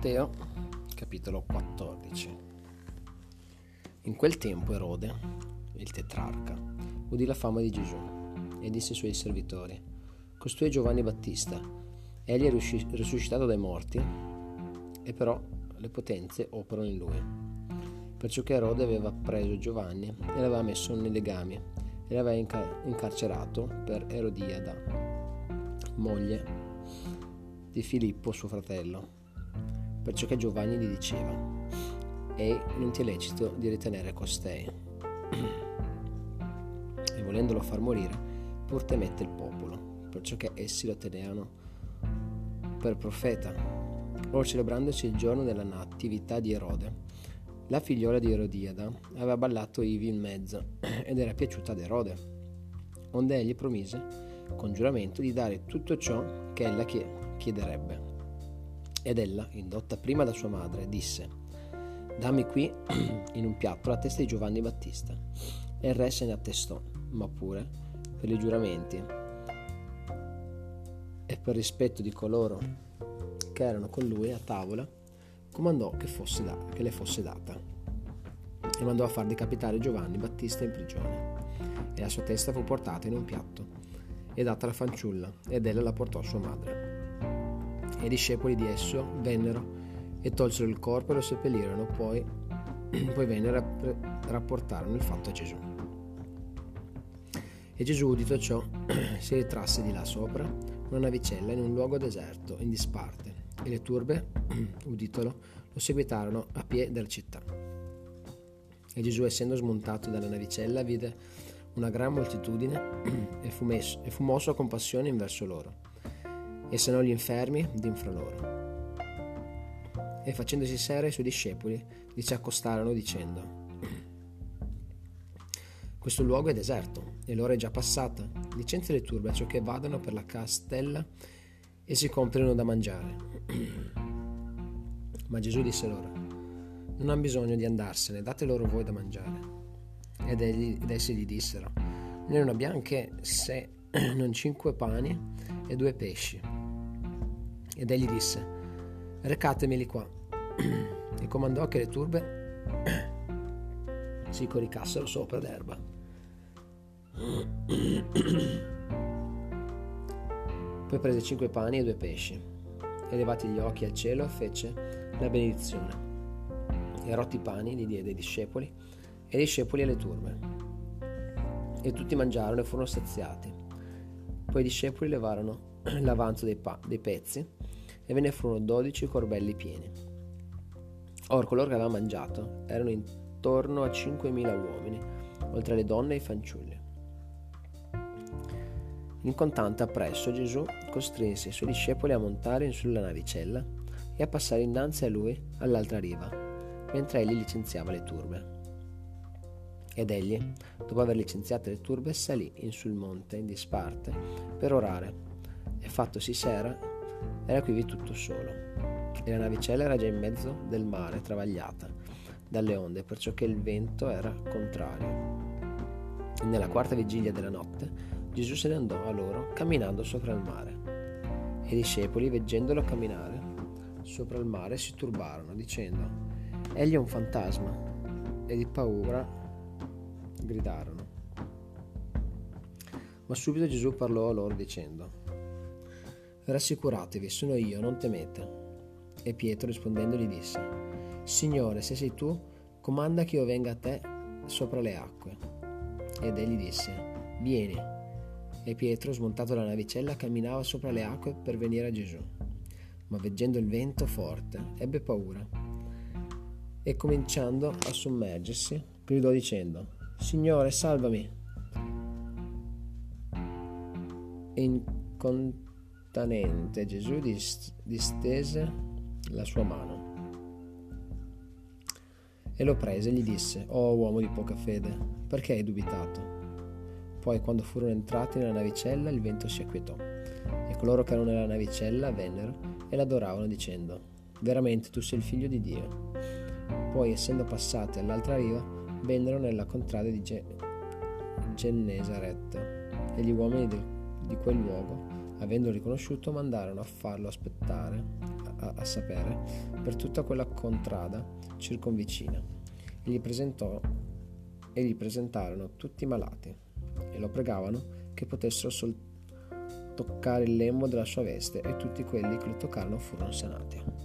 Matteo, capitolo 14. In quel tempo Erode, il tetrarca, udì la fama di Gesù e disse ai suoi servitori: costui è Giovanni Battista, egli è risuscitato dai morti, e però le potenze operano in lui. Perciò che Erode aveva preso Giovanni e l'aveva messo nei legami e l'aveva incarcerato per Erodiada, moglie di Filippo suo fratello, perciò che Giovanni gli diceva: «Ehi, non ti è lecito di ritenere costei». E volendolo far morire, pur temette il popolo, perciò che essi lo tenevano per profeta. Or celebrandosi il giorno della natività di Erode, la figliola di Erodiada aveva ballato ivi in mezzo ed era piaciuta ad Erode, onde egli promise con giuramento di dare tutto ciò che ella chiederebbe. Ed ella, indotta prima da sua madre, disse: «Dammi qui in un piatto la testa di Giovanni Battista». E il re se ne attestò, ma pure per i giuramenti e per rispetto di coloro che erano con lui a tavola, comandò che le fosse data, e mandò a far decapitare Giovanni Battista in prigione. E la sua testa fu portata in un piatto e data alla fanciulla, ed ella la portò a sua madre. E i discepoli di esso vennero e tolsero il corpo e lo seppellirono, poi vennero e rapportarono il fatto a Gesù. E Gesù, udito ciò, si ritrasse di là sopra una navicella in un luogo deserto, in disparte, e le turbe, uditolo, lo seguitarono a piè della città. E Gesù, essendo smontato dalla navicella, vide una gran moltitudine e fu mosso a compassione in verso loro, e sanò gli infermi d'infra loro. E facendosi sera, i suoi discepoli gli si accostarono dicendo: questo luogo è deserto e l'ora è già passata, licenzia le turbe a ciò che vadano per la castella e si comprino da mangiare. Ma Gesù disse loro: non han bisogno di andarsene, date loro voi da mangiare. Ed essi gli dissero: noi non abbiamo che se non 5 pani e 2 pesci. Ed egli disse: recatemeli qua. E comandò che le turbe si coricassero sopra d'erba. Poi prese 5 pani e 2 pesci, e levati gli occhi al cielo fece la benedizione, e rotti i pani li diede ai discepoli, e i discepoli alle turbe. E tutti mangiarono e furono saziati. Poi i discepoli levarono l'avanzo dei pezzi, e ve ne furono 12 corbelli pieni. Or coloro che avevano mangiato erano intorno a 5.000 uomini, oltre alle donne e ai fanciulli. In contante appresso Gesù costrinse i suoi discepoli a montare in sulla navicella e a passare innanzi a lui all'altra riva, mentre egli licenziava le turbe. Ed egli, dopo aver licenziate le turbe, salì in sul monte in disparte per orare, e fattosi sera era quivi tutto solo, e la navicella era già in mezzo del mare, travagliata dalle onde, perciò che il vento era contrario. E nella 4ª vigilia della notte Gesù se ne andò a loro camminando sopra il mare. E i discepoli, veggendolo camminare sopra il mare, si turbarono, dicendo: egli è un fantasma, e di paura gridarono. Ma subito Gesù parlò a loro dicendo: rassicuratevi, sono io, non temete. E Pietro rispondendo gli disse: Signore, se sei tu, comanda che io venga a te sopra le acque. Ed egli disse: vieni. E Pietro, smontato dalla navicella, camminava sopra le acque per venire a Gesù. Ma veggendo il vento forte, ebbe paura, e cominciando a sommergersi, gridò dicendo: Signore, salvami. E incontanente Gesù distese la sua mano e lo prese e gli disse: «Oh uomo di poca fede, perché hai dubitato?» Poi, quando furono entrati nella navicella, il vento si acquietò, e coloro che erano nella navicella vennero e l'adoravano dicendo: «Veramente tu sei il figlio di Dio». Poi, essendo passati all'altra riva, vennero nella contrada di Gennesaret, e gli uomini di quel luogo, avendolo riconosciuto, mandarono a farlo aspettare a sapere, per tutta quella contrada circonvicina, e gli presentarono tutti malati, e lo pregavano che potessero toccare il lembo della sua veste, e tutti quelli che lo toccarono furono sanati.